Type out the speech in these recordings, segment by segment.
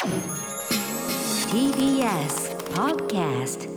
TBS Podcast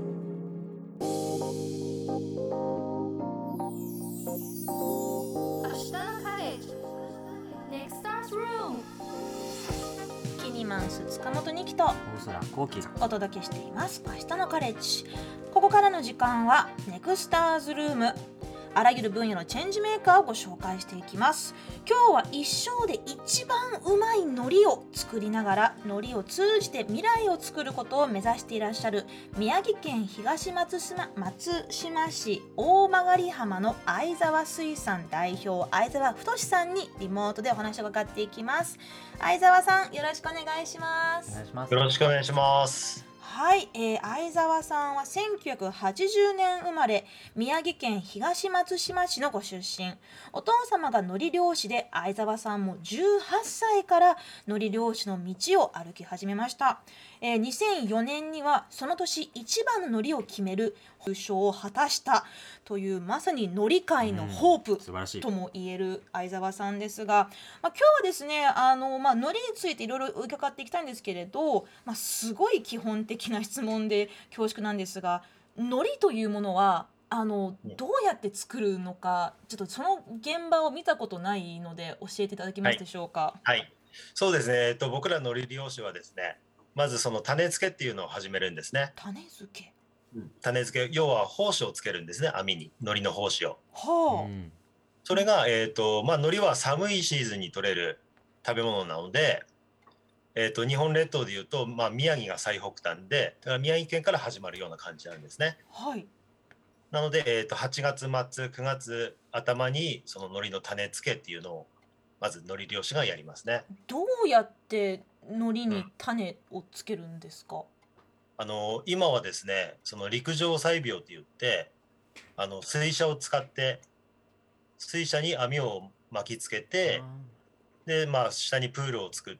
明日のカレッジ Next Stars Room キニマンス塚本二木と大空幸輝お届けしています明日のカレッジ。ここからの時間はネクスターズルーム、あらゆる分野のチェンジメーカーをご紹介していきます。今日は一生で一番うまい海苔を作りながら海苔を通じて未来を作ることを目指していらっしゃる宮城県東松島市大曲浜の相沢水産代表相沢太さんにリモートでお話を伺っていきます。相沢さん、よろしくお願いしまおす。 願いします。 よろしくお願いします。 はい、相沢さんは1980年生まれ、宮城県東松島市のご出身。お父様が海苔漁師で、相沢さんも18歳から海苔漁師の道を歩き始めました。2004年にはその年一番の海苔を決める優勝を果たしたという、まさに海苔界のホープ素晴らしいとも言える相沢さんですが、今日はですね、海苔についていろいろ伺っていきたいんですけれど、すごい基本的な質問で恐縮なんですが、海苔というものはどうやって作るのか、ちょっとその現場を見たことないので教えていただけますでしょうか。 はい、そうですね。僕らの海苔漁師はですね、まずその種付けっていうのを始めるんですね。 種付け、 種付け、要は胞子をつけるんですね。網に海苔の胞子を。 はそれが海苔は寒いシーズンに取れる食べ物なので、日本列島でいうと、宮城が最北端で、だから宮城県から始まるような感じなんですね。 はい、 なので、8月末、9月頭にその海苔の種付けっていうのをまず海苔漁師がやりますね。 どうやって海苔に種をつけるんですか。 今はですね、その陸上採苗って言って、水車を使って、水車に網を巻きつけて、で、下にプールを作って、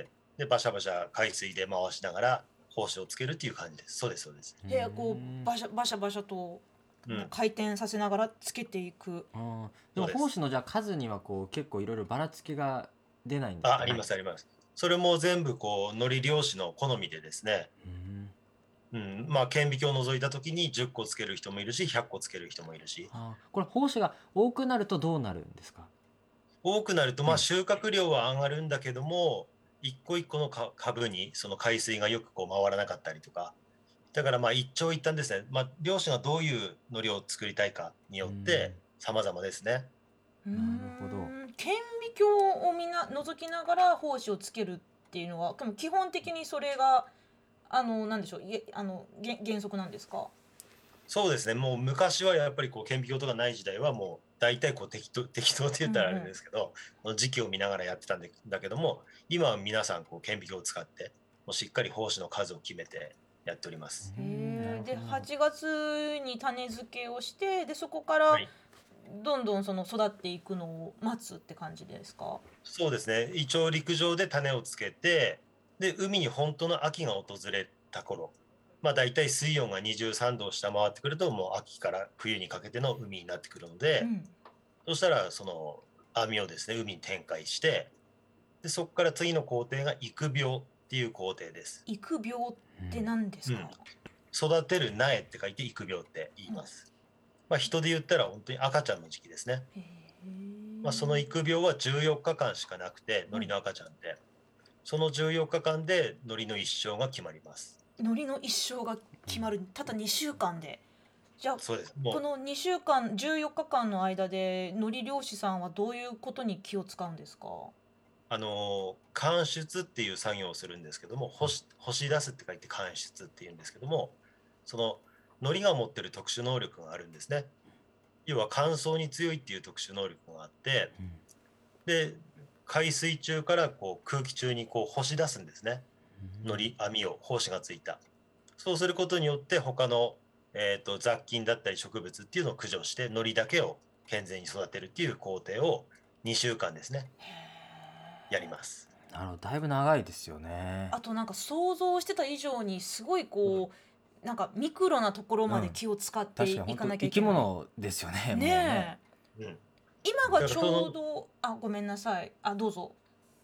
で、バシャバシャ海水で回しながら、胞子をつけるっていう感じです。そうです、そうです。 こうバシャバシャバシャと回転させながらつけていく。 でも胞子のじゃあ数にはこう結構いろいろばらつきが出ないんですかね。 ありますあります。それも全部こう海苔漁師の好みでですね、顕微鏡を除いた時に10個つける人もいるし、100個つける人もいるし。 これ胞子が多くなるとどうなるんですか。 多くなると収穫量は上がるんだけども、一個一個の株にその海水がよくこう回らなかったりとか、だから一長一短ですね。漁師がどういう海苔を作りたいかによって様々ですね。 なるほど。 顕微鏡を覗きながら胞子をつけるっていうのは、でも基本的にそれがなんでしょう、原則なんですか。 そうですね。もう昔はやっぱりこう顕微鏡とかない時代はもう大体こう適当って言ったらあれですけど、この時期を見ながらやってたんだけども、今は皆さんこう顕微鏡を使ってもうしっかり胞子の数を決めてやっております。 で8月に種付けをして、でそこからどんどんその育っていくのを待つって感じですか。 そうですね。一応陸上で種をつけて、で海に本当の秋が訪れた頃、だいたい水温が23度を下回ってくると、もう秋から冬にかけての海になってくるので、そしたらその網をですね、海に展開して、でそこから次の工程が育苗っていう工程です。 育苗って何ですか。 育てる苗って書いて育苗って言います。人で言ったら本当に赤ちゃんの時期ですね。その育苗は14日間しかなくて、海苔の赤ちゃんって、その14日間で海苔の一生が決まります。 海苔の一生が決まる、たった2週間で。じゃあそうです。 この2週間14日間の間で海苔漁師さんはどういうことに気を使うんですか。 乾出っていう作業をするんですけども、干し出すって書いて乾出っていうんですけども、その海苔が持ってる特殊能力があるんですね。要は乾燥に強いっていう特殊能力があって、で海水中からこう空気中にこう干し出すんですね。海苔網を胞子がついた。そうすることによって他の、雑菌だったり植物っていうのを駆除して海苔だけを健全に育てるっていう工程を2週間ですねやります。 だいぶ長いですよね。 あとなんか想像してた以上にすごいこう、なんかミクロなところまで気を使っていかなきゃいけない。 生き物ですよね。 ねえ、今がちょうどごめんなさい、どうぞ。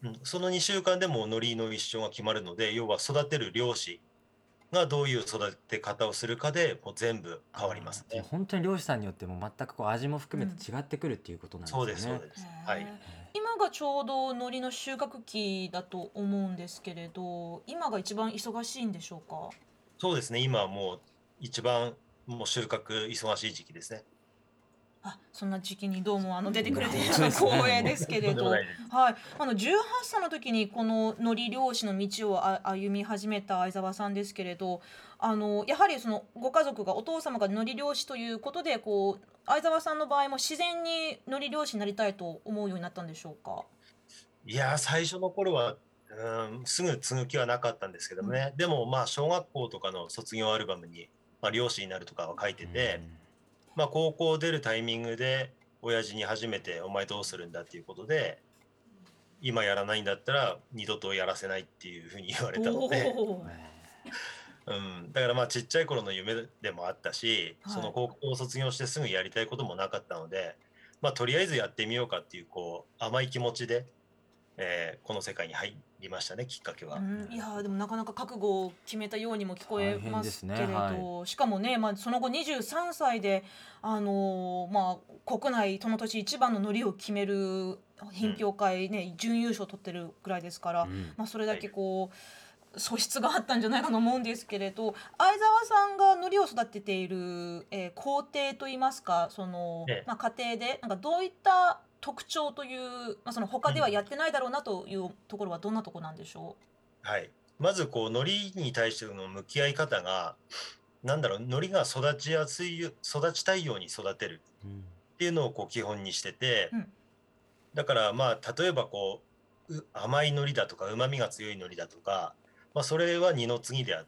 その2週間でも海苔の一生が決まるので、要は育てる漁師がどういう育て方をするかでもう全部変わりますね。 本当に漁師さんによっても全くこう味も含めて違ってくるっていうことなんですそうよね。 ですそうです。はい。 今がちょうど海苔の収穫期だと思うんですけれど、今が一番忙しいんでしょうか？ そうですね。今はもう一番もう収穫忙しい時期ですね。 そんな時期にどうも出てくれて本当ですね光栄ですけれど、 とんでもないです。 はい、18歳の時にこの海苔漁師の道を歩み始めた相沢さんですけれど、やはりそのご家族がお父様が海苔漁師ということで、こう相沢さんの場合も自然に海苔漁師になりたいと思うようになったんでしょうか？ いやー、最初の頃は、すぐ継ぐ気はなかったんですけどもね。でもまあ小学校とかの卒業アルバムに、漁師になるとかは書いてて、高校出るタイミングで親父に初めてお前どうするんだっていうことで、今やらないんだったら二度とやらせないっていうふうに言われたので、 おーだからまあちっちゃい頃の夢でもあったし、そはいの高校を卒業してすぐやりたいこともなかったので、とりあえずやってみようかっていうこう甘い気持ちで、この世界に入りましたね、きっかけは。 いやーでもなかなか覚悟を決めたようにも聞こえ大変まですねすけれど、しかもね、その後23歳で、国内その年一番の海苔を決める品評会、ね、準優勝を取ってるぐらいですから、それだけこう素質があったんじゃないかと思うんですけれど、相沢さんが海苔を育てている、工程といいますか、その、 ええ家庭でなんかどういった特徴という、その他ではやってないだろうなというところはどんなところなんでしょはい。まずこう海苔に対しての向き合い方が、海苔が育ちやすい育ちたいように育てるっていうのをこう基本にしてて、 うんだから例えばこう甘い海苔だとか旨味が強い海苔だとか、それは二の次であって、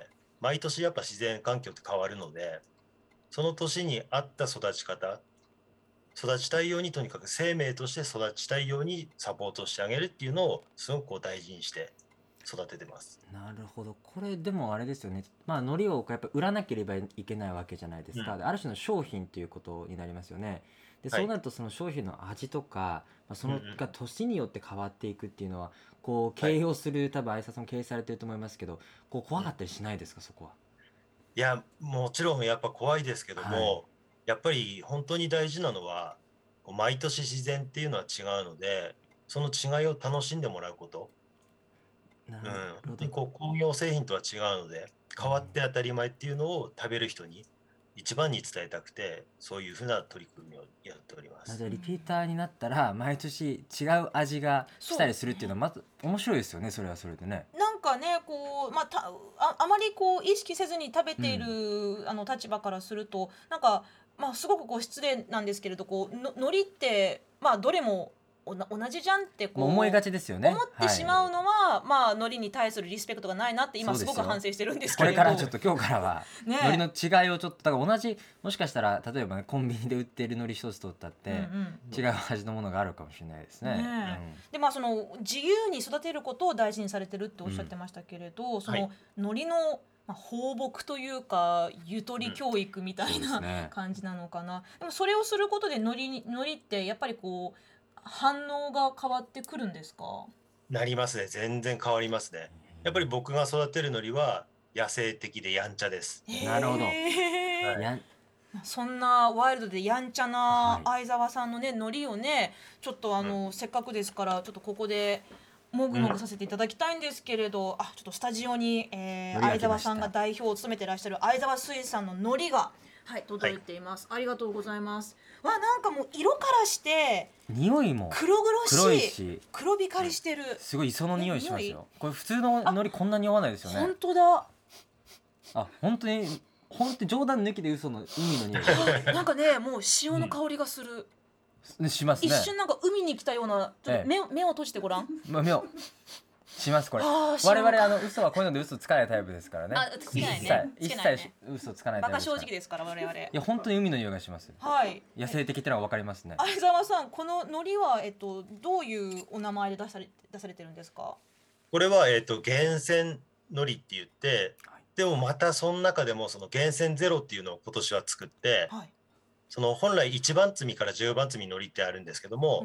毎年やっぱ自然環境って変わるので、その年に合った育ち方、育ちたいように、とにかく生命として育ちたいようにサポートしてあげるっていうのをすごくこう大事にして育ててます。 なるほど。これでもあれですよね。海苔をやっぱ売らなければいけないわけじゃないですか。である種の商品ということになりますよね。ではいそうなるとその商品の味とか、そのうんうんが年によって変わっていくっていうのはこうはい経営をする、多分相沢さんも経営されてると思いますけど、こう怖かったりしないですか、そこは。 いや、もちろんやっぱ怖いですけども、 はやっぱり本当に大事なのは、こう毎年自然っていうのは違うので、その違いを楽しんでもらうこと。 なる本ほど。 当にこう工業製品とは違うので、変わって当たり前っていうのを食べる人に一番に伝えたくて、そういうふうな取り組みをやっております。 じゃあリピーターになったら毎年違う味がしたりするっていうのはまず面白いですよね。それはそれでね。 う？なんかねこう、あまりこう意識せずに食べている、立場からするとなんか、すごくこう失礼なんですけれど、こうの海苔ってどれも同じじゃんってこう思いがちですよね。 思ってしまうのは、海苔に対するリスペクトがないなって今すそうですよごく反省してるんですこれけれど、 からちょっと今日からはね海苔の違いをちょっとだから同じもしかしたら例えばねコンビニで売っている海苔一つとったって違う味のものがあるかもしれないですね。 ねでその自由に育てることを大事にされてるっておっしゃってましたけれど、その海苔の放牧というかゆとり教育みたいな、 そうですね感じなのかな。でもそれをすることで海苔ってやっぱりこう反応が変わってくるんですか？ なりますね。全然変わりますね。やっぱり僕が育てる海苔は野生的でやんちゃです。 なるほどへーやそんなワイルドでやんちゃなはい相沢さんのね海苔をね、ちょっとせっかくですからちょっとここでもぐもぐさせていただきたいんですけれど、ちょっとスタジオに、相海苔が来ました沢さんが代表を務めていらっしゃる相沢水産の海苔が、届いています、ありがとうございます。なんかもう色からして匂いも黒々しい、 黒いし黒光りしてる、 すごい磯の匂いします匂よ。これ普通の海苔こんなに匂わないですよね。 本当だ本当に冗談抜きで嘘の海の匂いなんかねもう潮の香りがする、 しますね。 一瞬なんか海に来たような、ちょっと目を閉じてごらん。 目をしますこれ。 あー我々嘘はこういうので嘘つかないタイプですからね。 つけないね一つけないね切嘘つかないタバカイプですから。 正直ですから我々。 いや本当に海の匂いがします。 はい。 野生的ってのは分かりますね。 相沢さん、この海苔はどういうお名前で出されてるんですか？ これは厳選海苔って言って、でもまたその中でもその厳選ゼロっていうのを今年は作って、 はい。 その本来1番摘みから10番摘み海苔ってあるんですけども、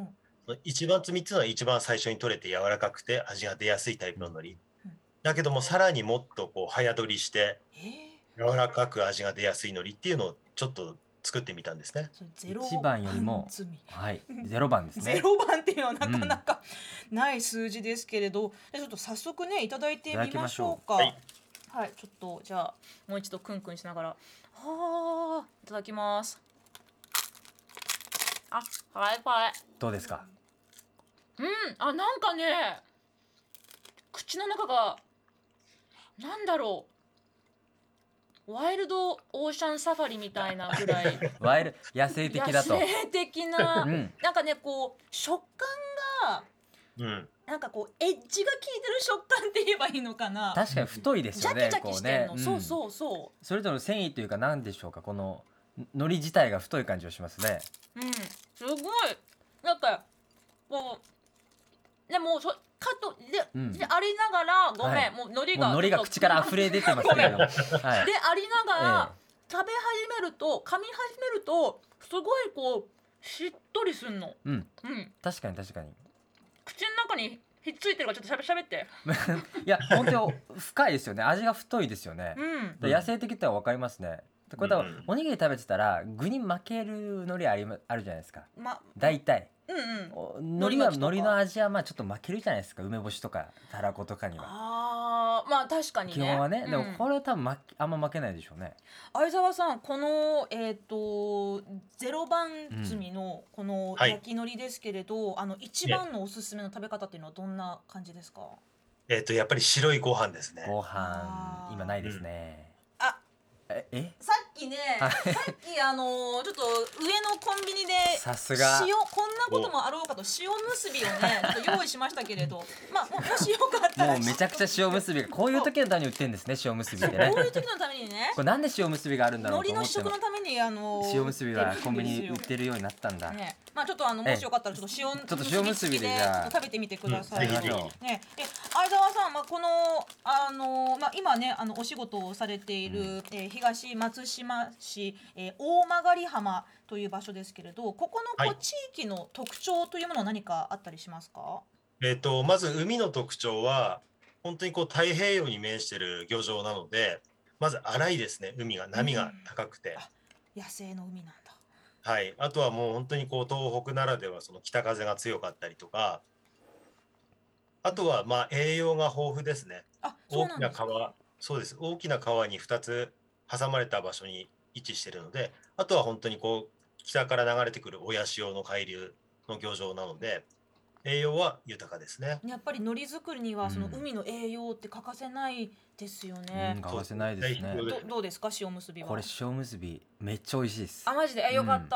一番摘みっていうのは一番最初に取れて柔らかくて味が出やすいタイプの海苔、 うんだけどもさらにもっとこう早取りしてえ柔らかく味が出やすい海苔っていうのをちょっと作ってみたんですね。 それゼロ 1番よりも積みはい0番ですね。 ゼロ番っていうのはなかなかない数字ですけれど、じゃあちょっと早速ねいただいてみましょうか。 いただきはい、ちょっとじゃあもう一度クンクンしながら、はあ、いただきます。あ、はいはい。 どうですか？ あ、なんかね、口の中がなんだろう、ワイルドオーシャンサファリみたいなぐらい野生的だと。 野生的な、 うんなんかねこう食感がうんなんかこうエッジが効いてる食感って言えばいいのかな。 確かに太いですよね。 ジャキジャキしてんの、 こうねそうそうそそれぞれの繊維というか何でしょうか、この海苔自体が太い感じがしますね。 う、すごいなんかこうでもカットでありながらごめん、 はいもう海苔もうが海苔が口から溢れ出てますけれども、はい、 でありながら、食べ始めると噛み始めるとすごいこうしっとりすんの。 確かに確かに。 口の中にひっついてるからちょっとしゃべっていや本当深いですよね。味が太いですよね。 うん野生的ってのは分かりますね。これ多分おにぎり食べてたら具に負ける海苔あるじゃないですか。大体海苔の味はまあちょっと負けるじゃないですか。梅干しとかたらことかには。 まあ確かにね。 基本はね。でもこれは多分あんま負けないでしょうね。 相沢さん、このゼロ番摘みのこの焼き海苔ですけれど、一番のおすすめの食べ方っていうのはどんな感じですか？ やっぱり白いご飯ですね。 ご飯今ないですね。 さっきね、さっきちょっと上のコンビニでさすがこんなこともあろうかと塩むすびをねちょっと用意しましたけれど、まあもしよかったらもうめちゃくちゃ塩むすびがこういう時のために売ってるんですね。塩むすびってね。 こういう時のためにね、 これなんで塩むすびがあるんだろうと海苔の思って試食のために塩むすびはコンビニに売ってるようになったんだ。 ね、まあちょっともしよかったらちょっと塩むすびでじゃあ食べてみてください。 ぜひぜひ。 ね、相沢さん、まあこのまあ今ねお仕事をされている、東松島市、大曲浜という場所ですけれど、ここの地域の特徴というものは何かあったりしますか？ まず海の特徴は本当にこう太平洋に面している漁場なので、まず荒いですね。海が波が高くて、 野生の海なんだ。 はい、あとはもう本当にこう東北ならではその北風が強かったりとか、あとはまあ栄養が豊富ですね。大きな川、そうです。大きな川に2つ挟まれた場所に位置しているので、あとは本当にこう北から流れてくる親潮の海流の漁場なので、栄養は豊かですね。 やっぱり海苔作りにはその海の栄養って欠かせないですよね。 欠かせないですね。 どうですか、塩むすびは？ これ塩むすびめっちゃ美味しいです。 マジでよかった。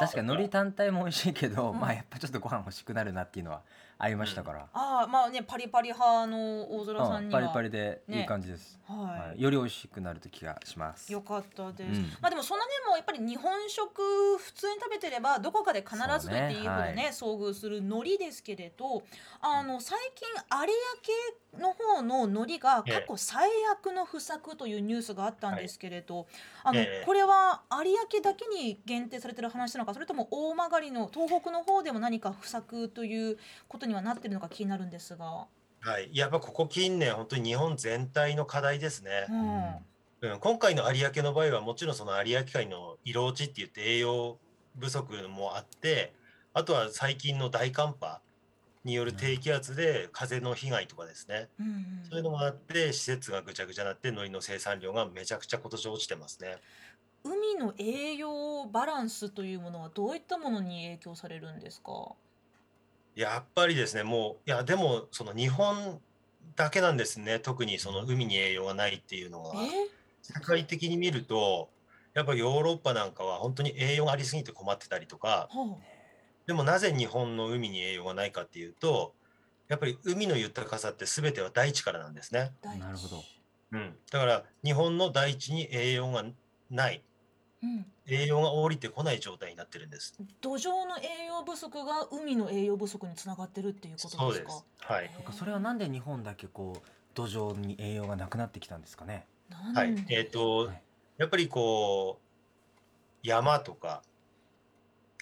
確かに海苔単体も美味しいけど、まあやっぱちょっとご飯欲しくなるなっていうのはありましたから。 まあね、パリパリ派の大空さんにはパリパリでいい感じです。より美味しくなると気がします。 よかったです。まあでもそんなね、もうやっぱり日本食普通に食べてればどこかで必ずと言っていいほどね遭遇する海苔ですけれど、最近有明の方の海苔が過去最悪の不作というニュースがあったんですけれど、これは有明だけに限定されてる話なのか、それとも大曲の東北の方でも何か不作ということにはなっているのか気になるんですが。 はい、やっぱここ近年本当に日本全体の課題ですね。今回の有明の場合はもちろんその有明海の色落ちって言って栄養不足もあって、あとは最近の大寒波による低気圧で風の被害とかですね、そういうのもあって施設がぐちゃぐちゃになって海苔の生産量がめちゃくちゃ今年落ちてますね。 海の栄養バランスというものはどういったものに影響されるんですか？ やっぱりですね、でもその日本だけなんですね。特にその海に栄養がないっていうのは。世界的に見るとやっぱりヨーロッパなんかは本当に栄養がありすぎて困ってたりとか、でもなぜ日本の海に栄養がないかっていうと、やっぱり海の豊かさって全ては大地からなんですね。 なるほど。 だから日本の大地に栄養がない、栄養が降りてこない状態になってるんです。 土壌の栄養不足が海の栄養不足につながってるっていうことですか？ そうです。はい。 それはなんで日本だけこう土壌に栄養がなくなってきたんですかね？ はい。やっぱりこう山とか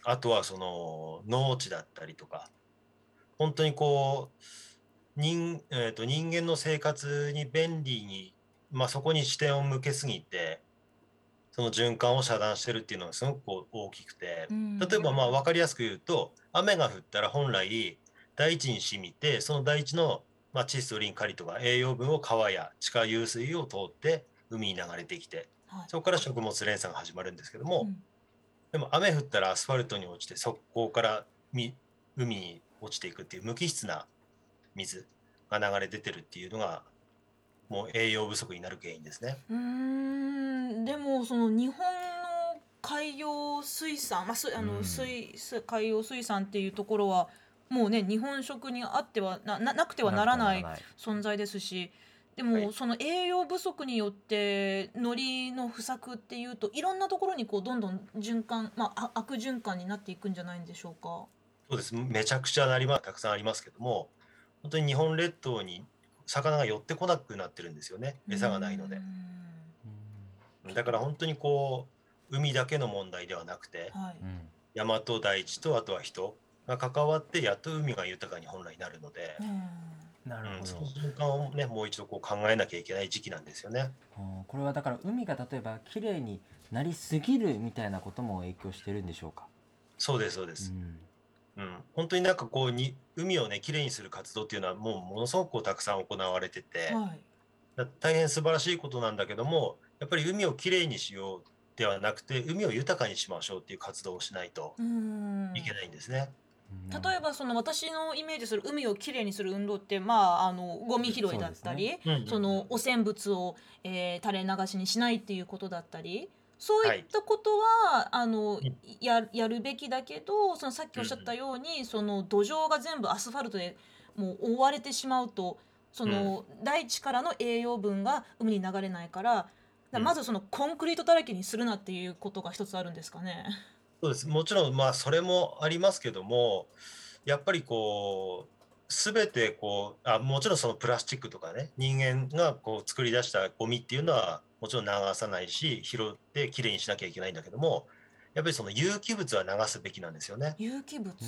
あとはその農地だったりとか、本当にこう人間の生活に便利に、そこに視点を向けすぎて、その循環を遮断してるっていうのがすごくこう大きくて、例えば分かりやすく言うと、雨が降ったら本来大地に染みて、その大地の窒素、リン、カリとか栄養分を川や地下湧水を通って海に流れてきて、そこから食物連鎖が始まるんですけども、でも雨降ったらアスファルトに落ちて、そこから海に落ちていくっていう無機質な水が流れ出てるっていうのがもう栄養不足になる原因ですね。 でもその日本の海洋水産、海洋水産っていうところはもうね、日本食にあってはなくてはならない存在ですし、でもその栄養不足によって海苔の不作っていうと、いろんなところにこうどんどん循環、悪循環になっていくんじゃないんでしょうか。 そうです。めちゃくちゃたくさんありますけども、本当に日本列島に魚が寄ってこなくなってるんですよね。餌がないので。だから本当にこう海だけの問題ではなくて、山と大地とあとは人が関わってやっと海が豊かに本来なるので、 なるほど。 その循環をね、もう一度こう考えなきゃいけない時期なんですよね。 これはだから海が例えばきれいになりすぎるみたいなことも影響してるんでしょうか。 そうですそうです。本当になんかこう海をねきれいにする活動っていうのはもうものすごくこうたくさん行われてて、大変素晴らしいことなんだけども、やっぱり海をきれいにしようではなくて、海を豊かにしましょうっていう活動をしないといけないんですね。 例えばその私のイメージする海をきれいにする運動って、ゴミ拾いだったり、その汚染物を、垂れ流しにしないっていうことだったり、そういったことは、やるべきだけど、そのさっきおっしゃったように、その土壌が全部アスファルトでもう覆われてしまうと、その大地からの栄養分が海に流れないから、まずそのコンクリートだらけにするなっていうことが一つあるんですかね。 そうです。もちろんそれもありますけども、やっぱりこう全てこうもちろんそのプラスチックとかね、人間がこう作り出したゴミっていうのはもちろん流さないし、拾ってきれいにしなきゃいけないんだけども、やっぱりその有機物は流すべきなんですよね。 有機物、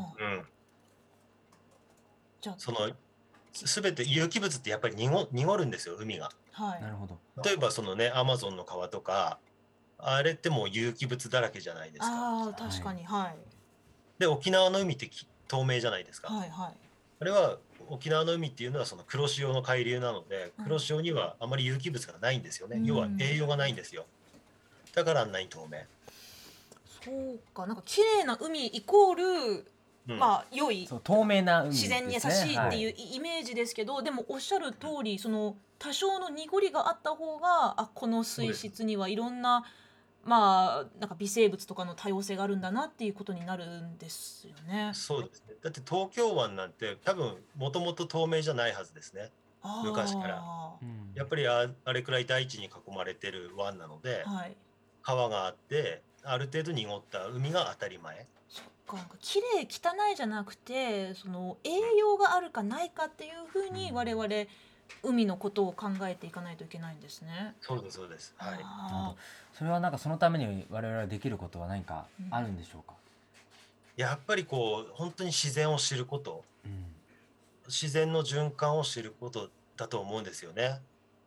じゃあその全て有機物ってやっぱり濁るんですよ、海が。 なるほど。 例えばそのね、アマゾンの川とかあれってもう有機物だらけじゃないですか。 確かに。 で沖縄の海って透明じゃないですか。あれは沖縄の海っていうのはその黒潮の海流なので、黒潮にはあまり有機物がないんですよね。要は栄養がないんですよ。だからあんなに透明。 そうか、なんか綺麗な海イコール良い、 透明な海、 自然に優しいっていうイメージですけど、でもおっしゃる通り、その多少の濁りがあった方が、この水質にはいろんななんか微生物とかの多様性があるんだなっていうことになるんですよね。 そうですね。だって東京湾なんて多分もともと透明じゃないはずですね。昔から。やっぱりあれくらい大地に囲まれてる湾なので、川があってある程度濁った海が当たり前。 そっか、なんか綺麗汚いじゃなくて、その栄養があるかないかっていうふうに我々海のことを考えていかないといけないんですね。 そうですそうです。はい。 それはなんかそのために我々はできることは何かあるんでしょうか。 やっぱりこう本当に自然を知ること、自然の循環を知ることだと思うんですよね。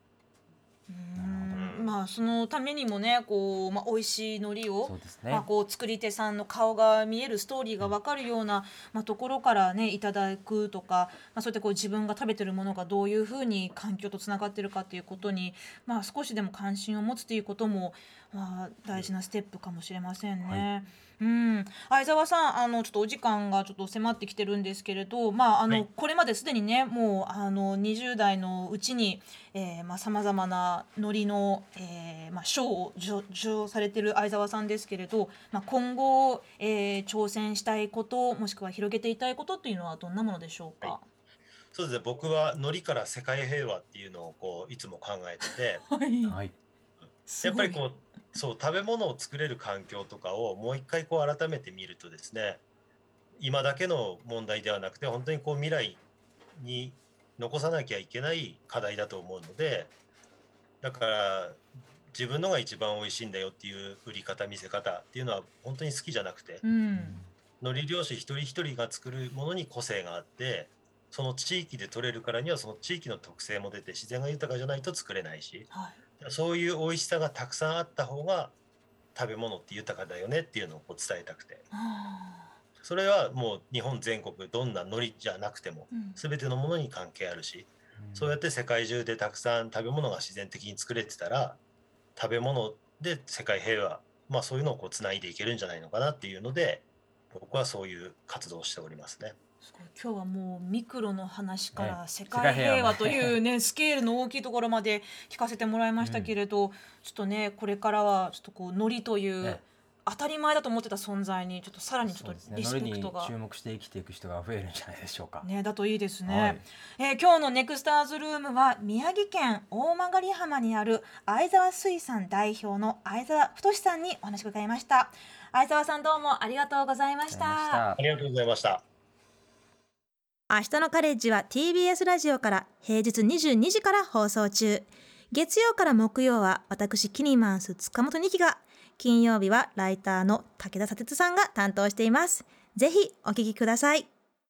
そのためにもね、こう、美味しい海苔を、こう作り手さんの顔が見える、ストーリーが分かるような、ところからねいただくとか、そうやってこう自分が食べてるものがどういうふうに環境とつながってるかっていうことに、少しでも関心を持つということも、大事なステップかもしれませんね。相沢さん、ちょっとお時間がちょっと迫ってきてるんですけれど、これまですでにね、もう20代のうちにさまざまな海苔の、賞を受賞されてる相沢さんですけれど、今後、挑戦したいこと、もしくは広げていたいことっていうのはどんなものでしょうか。 そうですね。僕は海苔から世界平和っていうのをこういつも考えてて、やっぱりこう食べ物を作れる環境とかをもう一回こう改めて見るとですね、今だけの問題ではなくて本当にこう未来に残さなきゃいけない課題だと思うので、だから自分のが一番美味しいんだよっていう売り方見せ方っていうのは本当に好きじゃなくて、海苔漁師一人一人が作るものに個性があって、その地域で取れるからにはその地域の特性も出て自然が豊かじゃないと作れないし、そういう美味しさがたくさんあった方が食べ物って豊かだよねっていうのをこう伝えたくて、それはもう日本全国どんな海苔じゃなくても全てのものに関係あるし、そうやって世界中でたくさん食べ物が自然的に作れてたら、食べ物で世界平和、まあそういうのをこうつないでいけるんじゃないのかなっていうので、僕はそういう活動をしておりますね。 すごい、今日はもうミクロの話から世界平和というね、スケールの大きいところまで聞かせてもらいましたけれど、ちょっとねこれからはちょっとこう海苔という当たり前だと思ってた存在にちょっとさらにちょっとリスペクトが、 注目して生きていく人が増えるんじゃないでしょうか。 ね、だといいですね。今日のネクスターズルームは宮城県大曲浜にある相沢水産代表の相沢太さんにお話を伺いました。相沢さん、どうもありがとうございました。 ありがとうございました。 明日のカレッジは TBS ラジオから平日22時から放送中。月曜から木曜は私キニマンス塚本二希が、金曜日はライターの武田砂鉄さんが担当しています。ぜひお聞きください。